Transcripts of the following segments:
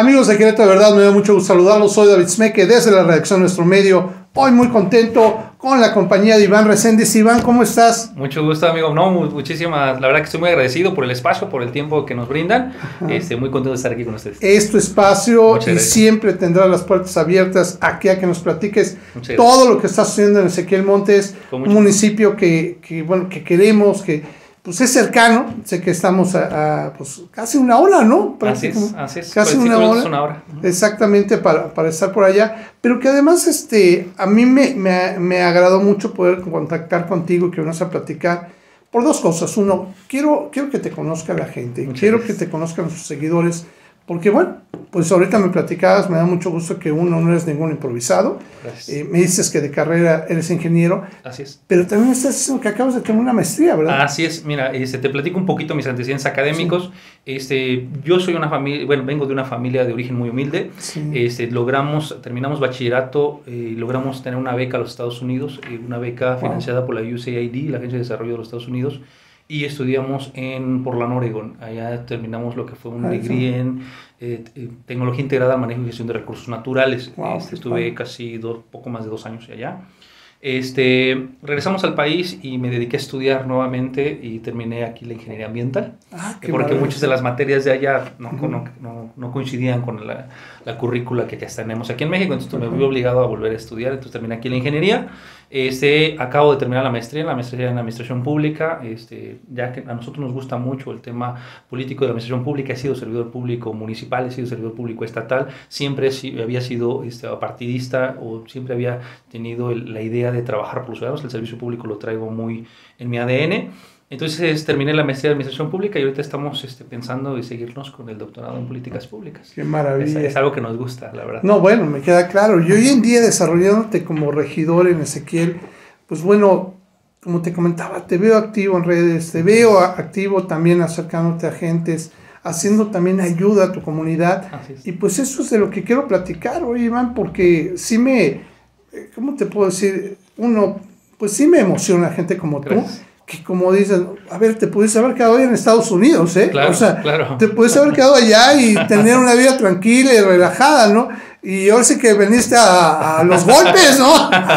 Amigos de Querétaro, de verdad me da mucho gusto saludarlos. Soy David Smeke desde la redacción de nuestro medio. Hoy muy contento con la compañía de Iván Reséndiz. Iván, ¿cómo estás? Mucho gusto, amigo. No, muchísimas. La verdad que estoy muy agradecido por el espacio, por el tiempo que nos brindan. Muy contento de estar aquí con ustedes. Es tu espacio y siempre tendrás las puertas abiertas aquí a que nos platiques todo lo que está sucediendo en Ezequiel Montes, un municipio que queremos, que pues es cercano. Sé que estamos pues casi una hora, ¿no? Así es. Casi una hora. Exactamente, para estar por allá. Pero que además a mí me agradó mucho poder contactar contigo y que vengas a platicar por dos cosas. Uno, quiero que te conozca la gente. Quiero que te conozcan sus seguidores. Porque bueno, pues ahorita me platicabas, me da mucho gusto que no eres ningún improvisado. Me dices que de carrera eres ingeniero. Así es. Pero también estás diciendo que acabas de tener una maestría, ¿verdad? Así es. Mira, te platico un poquito mis antecedentes académicos. Sí. Yo soy vengo de una familia de origen muy humilde. Sí. Terminamos bachillerato y logramos tener una beca a los Estados Unidos, una beca financiada por la USAID, la Agencia de Desarrollo de los Estados Unidos. Y estudiamos en Portland, Oregon. Allá terminamos lo que fue un degree en Tecnología Integrada al Manejo y Gestión de Recursos Naturales. Estuve casi poco más de 2 años allá. Regresamos al país y me dediqué a estudiar nuevamente y terminé aquí la ingeniería ambiental. Porque muchas de las materias de allá no coincidían con la currícula que ya tenemos aquí en México. Entonces me vi obligado a volver a estudiar. Entonces terminé aquí la ingeniería. Acabo de terminar la maestría en Administración Pública, ya que a nosotros nos gusta mucho el tema político de la Administración Pública. He sido servidor público municipal, he sido servidor público estatal, siempre había sido partidista o siempre había tenido la idea de trabajar por los ciudadanos. El servicio público lo traigo muy en mi ADN. Entonces terminé la maestría de Administración Pública y ahorita estamos pensando en seguirnos con el doctorado en Políticas Públicas. ¡Qué maravilla! Es algo que nos gusta, la verdad. No, bueno, me queda claro. Y hoy en día desarrollándote como regidor en Ezequiel, pues bueno, como te comentaba, te veo activo en redes, te veo activo también acercándote a gentes, haciendo también ayuda a tu comunidad. Y pues eso es de lo que quiero platicar hoy, Iván, porque sí ¿cómo te puedo decir? Pues sí me emociona gente como tú. Que como dicen, a ver, te pudiste haber quedado hoy en Estados Unidos, ¿eh? Claro, o sea, claro. Te pudiste haber quedado allá y tener una vida tranquila y relajada, ¿no? Y ahora sí que veniste a los golpes, ¿no?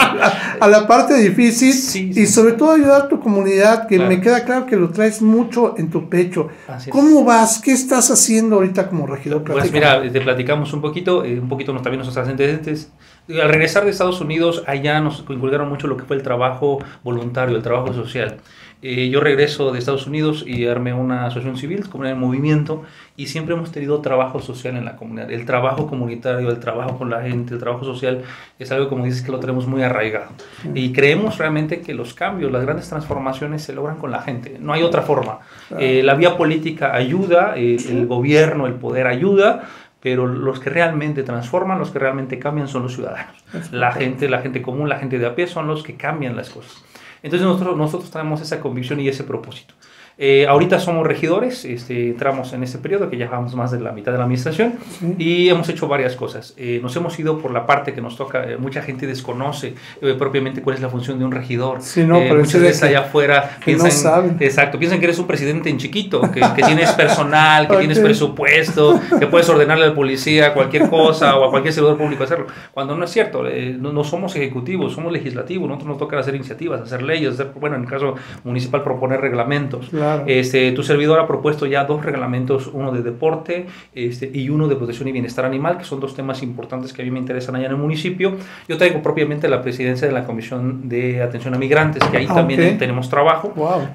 A la parte difícil. Sí. Y sobre todo ayudar a tu comunidad, que me queda claro que lo traes mucho en tu pecho. ¿Cómo vas? ¿Qué estás haciendo ahorita como regidor? Pues mira, te platicamos un poquito también nuestros antecedentes. Al regresar de Estados Unidos, allá nos inculcaron mucho lo que fue el trabajo voluntario, el trabajo social. Yo regreso de Estados Unidos y armé una asociación civil, Comunidad en Movimiento, y siempre hemos tenido trabajo social en la comunidad. El trabajo comunitario, el trabajo con la gente, el trabajo social es algo, como dices, que lo tenemos muy arraigado. Y creemos realmente que los cambios, las grandes transformaciones se logran con la gente. No hay otra forma. La vía política ayuda, el gobierno, el poder ayuda, pero los que realmente transforman, los que realmente cambian son los ciudadanos. La gente común, la gente de a pie son los que cambian las cosas. Entonces nosotros tenemos esa convicción y ese propósito. Ahorita somos regidores, entramos en este periodo que ya llevamos más de la mitad de la administración y hemos hecho varias cosas. Nos hemos ido por la parte que nos toca. Mucha gente desconoce propiamente cuál es la función de un regidor. Pero muchas veces allá afuera piensan que eres un presidente en chiquito, que tienes personal, que tienes presupuesto, que puedes ordenarle al policía cualquier cosa o a cualquier servidor público hacerlo. Cuando no es cierto, no somos ejecutivos, somos legislativos. Nosotros nos toca hacer iniciativas, hacer leyes, en el caso municipal proponer reglamentos. Claro. Tu servidor ha propuesto ya 2 reglamentos, uno de deporte y uno de protección y bienestar animal, que son 2 temas importantes que a mí me interesan allá en el municipio. Yo traigo propiamente la presidencia de la Comisión de Atención a Migrantes, que ahí también tenemos trabajo,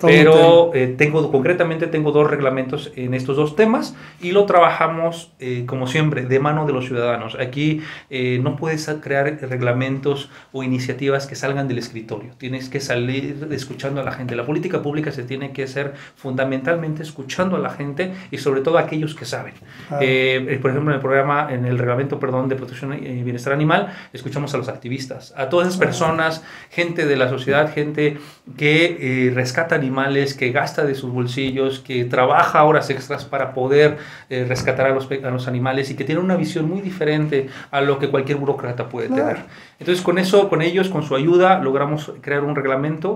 pero concretamente tengo 2 reglamentos en estos 2 temas y lo trabajamos, como siempre, de mano de los ciudadanos. Aquí no puedes crear reglamentos o iniciativas que salgan del escritorio, tienes que salir escuchando a la gente. La política pública se tiene que hacer fundamentalmente escuchando a la gente y sobre todo a aquellos que saben. Por ejemplo, en el reglamento de protección y bienestar animal, escuchamos a los activistas, a todas esas personas, gente de la sociedad, gente que rescata animales, que gasta de sus bolsillos, que trabaja horas extras para poder rescatar a los animales y que tiene una visión muy diferente a lo que cualquier burócrata puede tener. Entonces con eso, con ellos, con su ayuda, logramos crear un reglamento.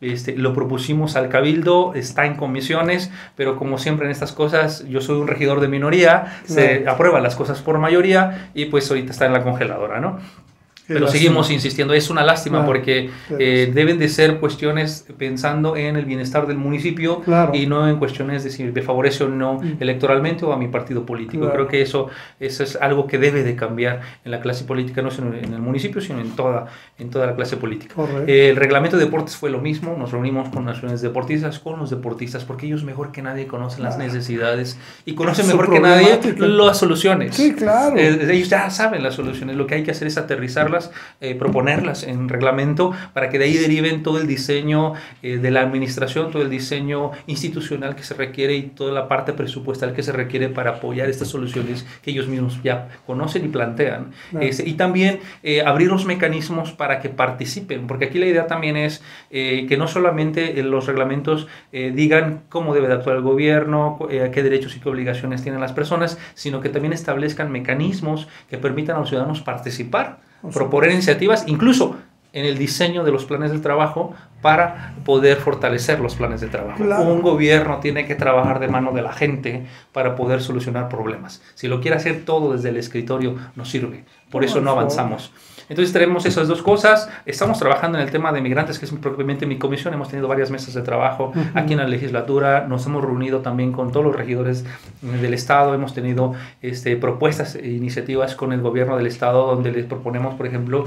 Lo propusimos al Cabildo, está en comisiones, pero como siempre en estas cosas, yo soy un regidor de minoría, se aprueban las cosas por mayoría y pues ahorita está en la congeladora, ¿no? Pero seguimos insistiendo, es una lástima porque deben de ser cuestiones pensando en el bienestar del municipio y no en cuestiones de si me favorece o no electoralmente o a mi partido político. Creo que eso es algo que debe de cambiar en la clase política, no solo en el municipio, sino en toda la clase política. El reglamento de deportes fue lo mismo, nos reunimos con naciones deportistas, con los deportistas, porque ellos mejor que nadie conocen las necesidades y conocen mejor que nadie las soluciones. Sí, claro. Ellos ya saben las soluciones, lo que hay que hacer es aterrizarlas, proponerlas en reglamento para que de ahí deriven todo el diseño de la administración, todo el diseño institucional que se requiere y toda la parte presupuestal que se requiere para apoyar estas soluciones que ellos mismos ya conocen y plantean. Y también abrir los mecanismos para que participen, porque aquí la idea también es que no solamente los reglamentos digan cómo debe de actuar el gobierno, qué derechos y qué obligaciones tienen las personas, sino que también establezcan mecanismos que permitan a los ciudadanos participar, proponer iniciativas, incluso en el diseño de los planes de trabajo para poder fortalecer los planes de trabajo. Un gobierno tiene que trabajar de mano de la gente para poder solucionar problemas. Si lo quiere hacer todo desde el escritorio, no sirve. Por eso no avanzamos. Entonces tenemos esas dos cosas. Estamos trabajando en el tema de migrantes, que es propiamente mi comisión. Hemos tenido varias mesas de trabajo aquí en la legislatura. Nos hemos reunido también con todos los regidores del Estado. Hemos tenido propuestas e iniciativas con el gobierno del Estado donde les proponemos, por ejemplo,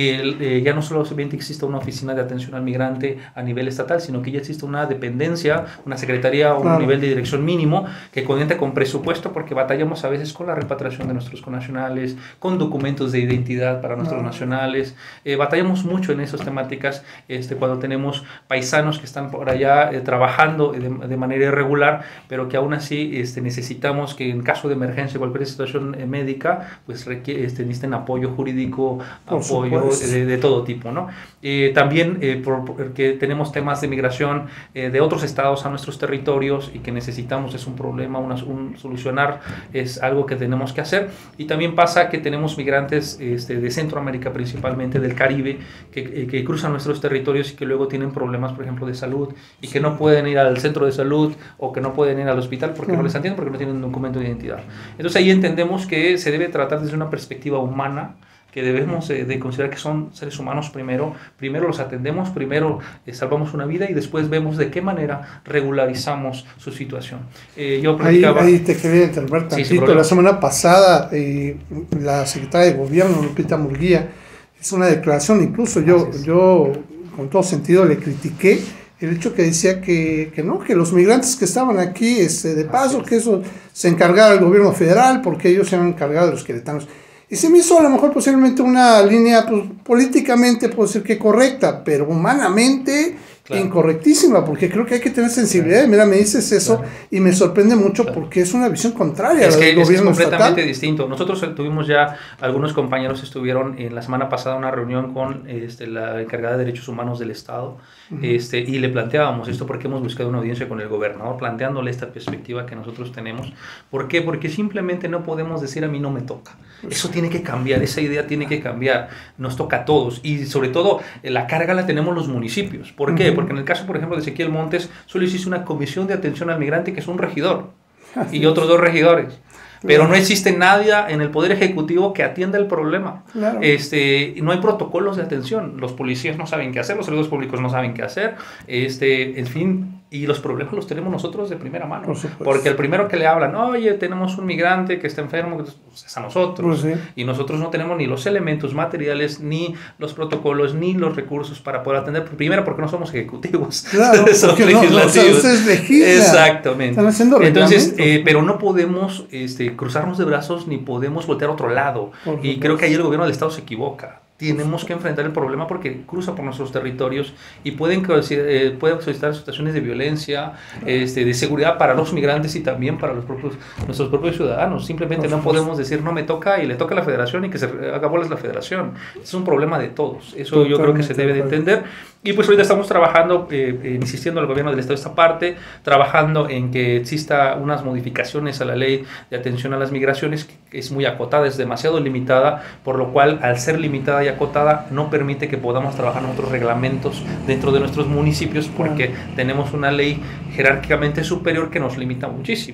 que ya no solamente exista una oficina de atención al migrante a nivel estatal, sino que ya existe una dependencia, una secretaría o un nivel de dirección mínimo que cuente con presupuesto, porque batallamos a veces con la repatriación de nuestros connacionales, con documentos de identidad para nuestros nacionales. Batallamos mucho en esas temáticas cuando tenemos paisanos que están por allá trabajando de manera irregular, pero que aún así necesitamos que en caso de emergencia, cualquier situación médica, pues necesiten apoyo jurídico, apoyo de todo tipo, ¿no? También porque tenemos temas de migración de otros estados a nuestros territorios y que necesitamos, es un problema, solucionar, es algo que tenemos que hacer. Y también pasa que tenemos migrantes de Centroamérica, principalmente del Caribe, que cruzan nuestros territorios y que luego tienen problemas, por ejemplo, de salud y que no pueden ir al centro de salud o que no pueden ir al hospital porque no les atienden, porque no tienen un documento de identidad. Entonces ahí entendemos que se debe tratar desde una perspectiva humana, que debemos de considerar que son seres humanos primero los atendemos, primero salvamos una vida y después vemos de qué manera regularizamos su situación. Ahí te quería interrumpir tantito. La semana pasada la secretaria de Gobierno, Lupita Murguía, hizo una declaración, incluso yo con todo sentido le critiqué el hecho que decía que los migrantes que estaban aquí de paso, que eso se encargara el gobierno federal porque ellos se han encargado de los queretanos. Y se me hizo a lo mejor posiblemente una línea, pues, políticamente puedo decir que correcta, pero humanamente incorrectísima, porque creo que hay que tener sensibilidad. Mira, me dices eso y me sorprende mucho porque es una visión contraria al gobierno estatal. Es completamente distinto. Nosotros tuvimos ya, algunos compañeros estuvieron en la semana pasada una reunión con la encargada de Derechos Humanos del Estado, y le planteábamos esto porque hemos buscado una audiencia con el gobernador, planteándole esta perspectiva que nosotros tenemos. ¿Por qué? Porque simplemente no podemos decir a mí no me toca. Eso tiene que cambiar, esa idea tiene que cambiar. Nos toca a todos y sobre todo la carga la tenemos los municipios. ¿Por qué? Porque en el caso, por ejemplo, de Ezequiel Montes, solo existe una comisión de atención al migrante que es un regidor y otros 2 regidores. Pero no existe nadie en el Poder Ejecutivo que atienda el problema. No hay protocolos de atención. Los policías no saben qué hacer, los servidores públicos no saben qué hacer. En fin, y los problemas los tenemos nosotros de primera mano. Porque el primero que le hablan, oye, tenemos un migrante que está enfermo, pues es a nosotros. Y nosotros no tenemos ni los elementos materiales, ni los protocolos, ni los recursos para poder atender. Primero, porque no somos ejecutivos. Claro, somos legislativos. Exactamente. Están haciendo entonces, pero no podemos cruzarnos de brazos ni podemos voltear a otro lado. Y creo que ahí el gobierno del Estado se equivoca. Tenemos que enfrentar el problema porque cruza por nuestros territorios y pueden solicitar situaciones de violencia, de seguridad para los migrantes y también para nuestros propios ciudadanos. Simplemente no podemos decir no me toca y le toca a la federación y que se haga bolas la federación. Es un problema de todos. Eso yo creo que se debe de entender. Y pues ahorita estamos trabajando, insistiendo al gobierno del Estado esta parte, trabajando en que exista unas modificaciones a la ley de atención a las migraciones, que es muy acotada, es demasiado limitada, por lo cual al ser limitada y acotada no permite que podamos trabajar en otros reglamentos dentro de nuestros municipios porque tenemos una ley jerárquicamente superior que nos limita muchísimo.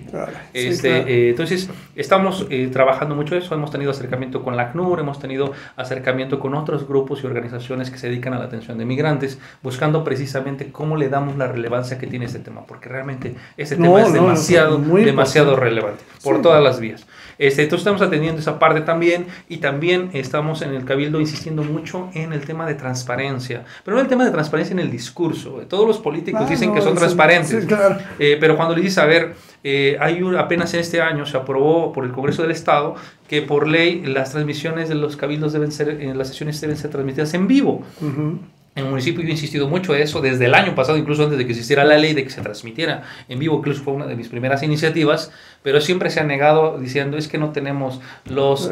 Entonces, estamos trabajando mucho eso. Hemos tenido acercamiento con la ACNUR, hemos tenido acercamiento con otros grupos y organizaciones que se dedican a la atención de migrantes, buscando precisamente cómo le damos la relevancia que tiene este tema, porque realmente este tema es demasiado relevante por todas las vías. Entonces estamos atendiendo esa parte también, y también estamos en el Cabildo insistiendo mucho en el tema de transparencia, pero no el tema de transparencia en el discurso. Todos los políticos dicen que son transparentes, pero cuando les dices, a ver, apenas en este año se aprobó por el Congreso del Estado que por ley las transmisiones de los cabildos las sesiones deben ser transmitidas en vivo. En el municipio yo he insistido mucho en eso desde el año pasado, incluso antes de que existiera la ley de que se transmitiera en vivo, incluso fue una de mis primeras iniciativas, pero siempre se ha negado diciendo es que no tenemos los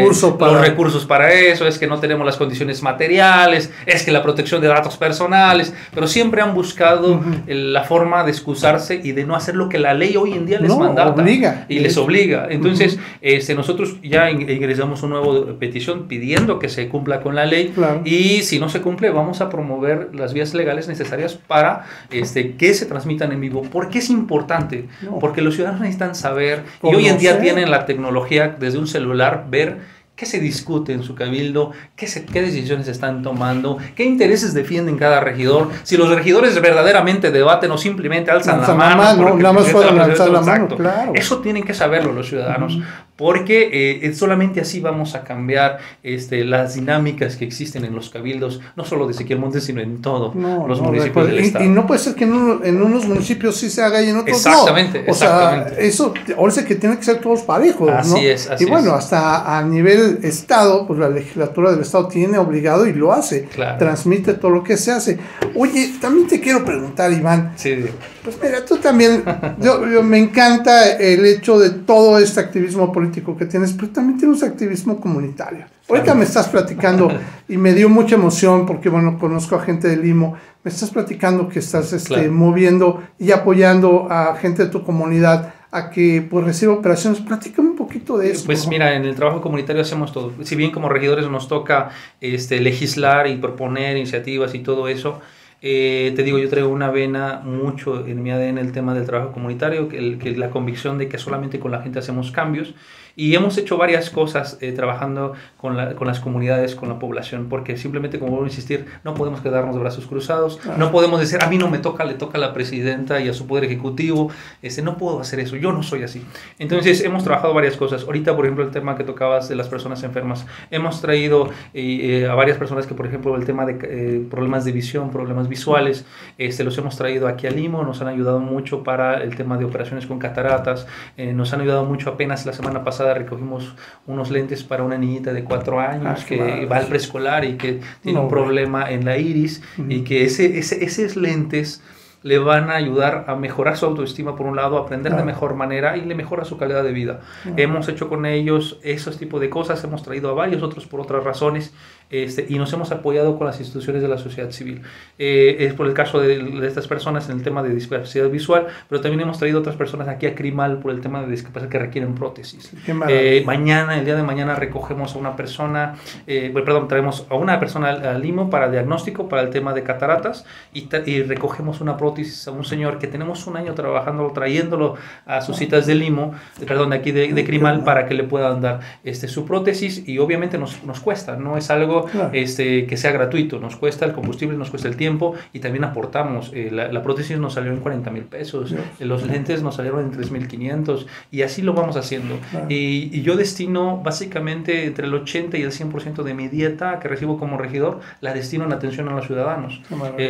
recursos para eso, es que no tenemos las condiciones materiales, es que la protección de datos personales, pero siempre han buscado la forma de excusarse y de no hacer lo que la ley hoy en día les mandata les obliga. Entonces, nosotros ya ingresamos una nueva petición pidiendo que se cumpla con la ley, y si no se cumple vamos a promover las vías legales necesarias para que se transmitan en vivo. ¿Por qué es importante? Porque los ciudadanos necesitan saber, y hoy en día tienen la tecnología desde un celular, ver qué se discute en su cabildo, qué decisiones se están tomando, qué intereses defienden cada regidor, si los regidores verdaderamente debaten o simplemente alzan la mano. Nada más pueden alzar la mano, claro. Eso tienen que saberlo los ciudadanos, porque solamente así vamos a cambiar las dinámicas que existen en los cabildos, no solo de Ezequiel Montes, sino en todos los municipios del estado. Y no puede ser que en unos municipios sí se haga y en otros exactamente. O sea, eso, ahora sí que tiene que ser todos parejos, así es. Y bueno, hasta a nivel Estado, pues la legislatura del Estado tiene obligado y lo hace, transmite todo lo que se hace. Oye, también te quiero preguntar, Iván, pues mira, tú también, yo me encanta el hecho de todo este activismo político que tienes, pero también tienes activismo comunitario. Ahorita me estás platicando y me dio mucha emoción porque, bueno, conozco a gente de Limo, me estás platicando que estás moviendo y apoyando a gente de tu comunidad a que pues reciba operaciones. Platícame un poquito de eso. Pues mira, en el trabajo comunitario hacemos todo. Si bien como regidores nos toca legislar y proponer iniciativas y todo eso, te digo, yo traigo una vena mucho en mi ADN el tema del trabajo comunitario, que la convicción de que solamente con la gente hacemos cambios. Y hemos hecho varias cosas trabajando con las comunidades, con la población, porque simplemente, como vuelvo a insistir, no podemos quedarnos de brazos cruzados, no podemos decir, a mí no me toca, le toca a la presidenta y a su poder ejecutivo, no puedo hacer eso, yo no soy así. Entonces, hemos trabajado varias cosas. Ahorita, por ejemplo, el tema que tocabas de las personas enfermas, hemos traído a varias personas que, por ejemplo, el tema de problemas de visión, problemas visuales, los hemos traído aquí a Limo, nos han ayudado mucho para el tema de operaciones con cataratas, nos han ayudado mucho. Apenas la semana pasada recogimos unos lentes para una niñita de 4 años que va al preescolar y que tiene un problema en la iris, y que esos lentes le van a ayudar a mejorar su autoestima por un lado, a aprender de mejor manera y le mejora su calidad de vida. Hemos hecho con ellos esos tipos de cosas, hemos traído a varios otros por otras razones, y nos hemos apoyado con las instituciones de la sociedad civil. Es por el caso de estas personas en el tema de discapacidad visual, pero también hemos traído otras personas aquí a Crimal por el tema de discapacidad que requieren prótesis. El día de mañana recogemos a una persona, traemos a una persona al Limo para diagnóstico, para el tema de cataratas, y recogemos una prótesis a un señor que tenemos un año trabajando, trayéndolo a sus citas de Limo, de aquí de Crimal, para que le puedan dar su prótesis, y obviamente nos cuesta, no es algo que sea gratuito, nos cuesta el combustible, nos cuesta el tiempo, y también aportamos. La prótesis nos salió en 40,000 pesos, los lentes nos salieron en 3,500, y así lo vamos haciendo. Y yo destino básicamente entre el 80 y el 100% de mi dieta que recibo como regidor, la destino en atención a los ciudadanos.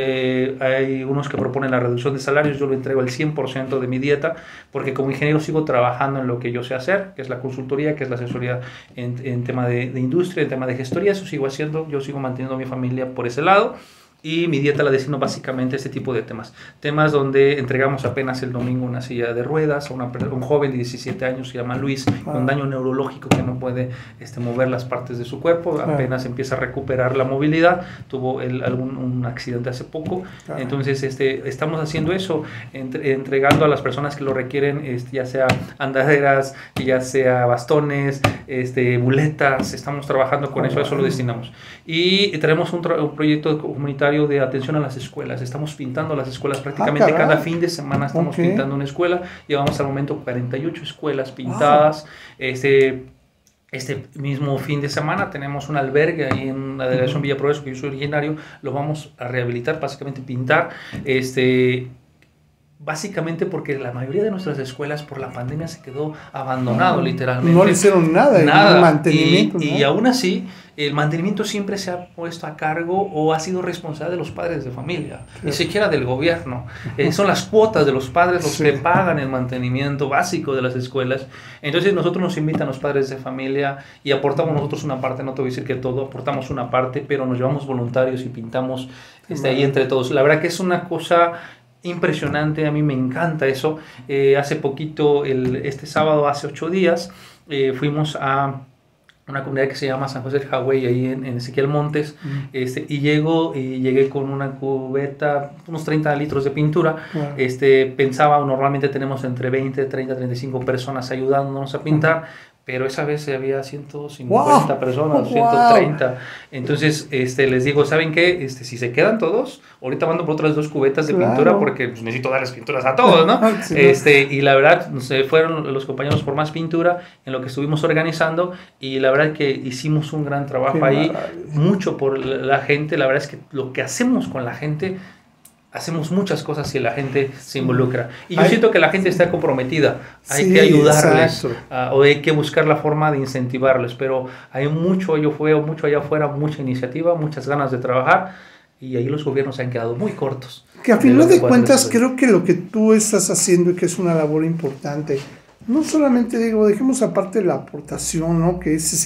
Hay unos que proponen la reducción de salarios, yo lo entrego el 100% de mi dieta, porque como ingeniero sigo trabajando en lo que yo sé hacer, que es la consultoría, que es la asesoría en tema de industria, en tema de gestoría. Eso sigo haciendo, yo sigo manteniendo a mi familia por ese lado. Y mi dieta la destino básicamente a este tipo de temas. Temas donde entregamos apenas el domingo una silla de ruedas a un joven de 17 años, se llama Luis, con daño neurológico que no puede mover las partes de su cuerpo, apenas empieza a recuperar la movilidad, tuvo un accidente hace poco. Entonces estamos haciendo eso, entregando a las personas que lo requieren, ya sea andaderas, ya sea bastones, muletas, estamos trabajando con eso lo destinamos. Y tenemos un proyecto comunitario de atención a las escuelas. Estamos pintando las escuelas prácticamente cada fin de semana. Estamos pintando una escuela. Llevamos al momento 48 escuelas pintadas. Este mismo fin de semana tenemos un albergue ahí en la delegación Villa Progreso, que yo soy originario. Lo vamos a rehabilitar, básicamente pintar. Básicamente porque la mayoría de nuestras escuelas por la pandemia se quedó abandonado literalmente. No le hicieron nada. Mantenimiento. Y aún así, el mantenimiento siempre se ha puesto a cargo o ha sido responsable de los padres de familia, ni siquiera del gobierno. Son las cuotas de los padres los que pagan el mantenimiento básico de las escuelas. Entonces nosotros nos invitan los padres de familia y aportamos nosotros una parte, no te voy a decir que todo, aportamos una parte, pero nos llevamos voluntarios y pintamos ahí entre todos. La verdad que es una cosa impresionante, a mí me encanta eso. Hace poquito, este sábado, hace 8 días, fuimos a una comunidad que se llama San José del Jagüey, ahí en Ezequiel Montes, y llegué con una cubeta, unos 30 litros de pintura. Pensaba, normalmente tenemos entre 20, 30, 35 personas ayudándonos a pintar, pero esa vez había 150 personas, 130. Entonces les digo, ¿saben qué? Si se quedan todos, ahorita mando por otras 2 cubetas de pintura, porque pues, necesito darles pinturas a todos, ¿no? Y la verdad, se fueron los compañeros por más pintura en lo que estuvimos organizando, y la verdad que hicimos un gran trabajo ahí, mucho por la gente. La verdad es que lo que hacemos con la gente, hacemos muchas cosas si la gente se involucra. Y yo siento que la gente está comprometida. Hay que ayudarles, o hay que buscar la forma de incentivarles. Pero hay mucho allá afuera, mucha iniciativa, muchas ganas de trabajar. Y ahí los gobiernos se han quedado muy cortos. Que a final de cuentas creo que lo que tú estás haciendo y que es una labor importante, no solamente dejemos aparte la aportación, ¿no? Que es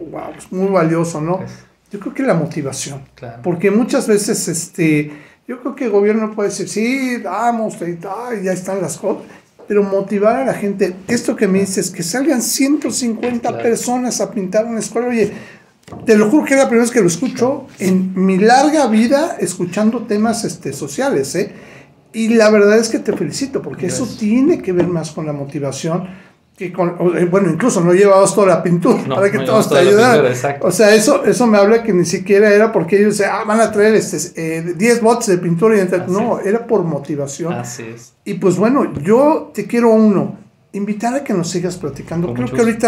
muy valioso, ¿no? Yo creo que la motivación. Porque muchas veces yo creo que el gobierno puede decir, sí, vamos, ya están las cosas, pero motivar a la gente, esto que me dices, que salgan 150 personas a pintar una escuela, oye, te lo juro que es la primera vez que lo escucho en mi larga vida escuchando temas sociales, y la verdad es que te felicito, porque eso tiene que ver más con la motivación, que incluso no llevabas toda la pintura para que todos te ayudaran. O sea, eso me habla que ni siquiera era porque ellos van a traer 10 botes de pintura no, era por motivación. Así es. Y pues bueno, yo te quiero invitar a que nos sigas platicando. Creo que ahorita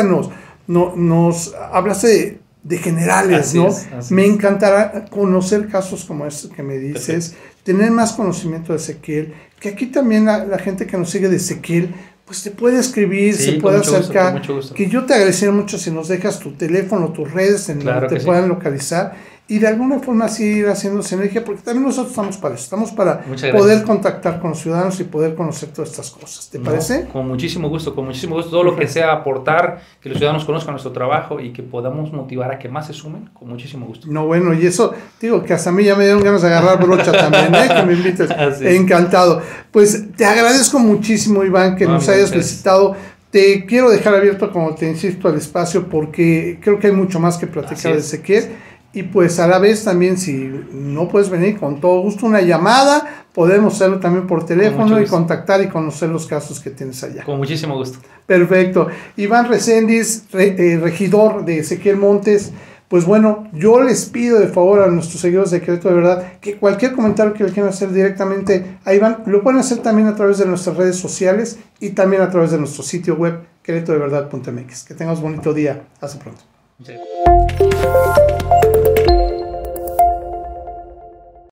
nos hablaste de generales, ¿no? Me encantará conocer casos como este que me dices, tener más conocimiento de Ezequiel, que aquí también la gente que nos sigue de Ezequiel pues te puede escribir, se puede acercar. Con mucho gusto. Que yo te agradecería mucho si nos dejas tu teléfono, tus redes en donde te puedan localizar, y de alguna forma así ir haciendo sinergia, porque también nosotros estamos para eso, estamos para poder contactar con los ciudadanos y poder conocer todas estas cosas. ¿Te parece? Con muchísimo gusto, todo lo que sea aportar, que los ciudadanos conozcan nuestro trabajo y que podamos motivar a que más se sumen, con muchísimo gusto. No, bueno, y eso, digo, que hasta a mí ya me dieron ganas de agarrar brocha también, que me invites. Encantado. Pues te agradezco muchísimo, Iván, que nos hayas visitado. Te quiero dejar abierto, como te insisto, al espacio, porque creo que hay mucho más que platicar de Ezequiel. Y pues a la vez también, si no puedes venir, con todo gusto, una llamada, podemos hacerlo también por teléfono y contactar y conocer los casos que tienes allá. Con muchísimo gusto. Perfecto. Iván Reséndiz, regidor de Ezequiel Montes. Pues bueno, yo les pido de favor a nuestros seguidores de Querétaro de Verdad que cualquier comentario que le quieran hacer directamente a Iván, lo pueden hacer también a través de nuestras redes sociales y también a través de nuestro sitio web, queretodeverdad.mx. Que tengas un bonito día. Hasta pronto. Muchas gracias.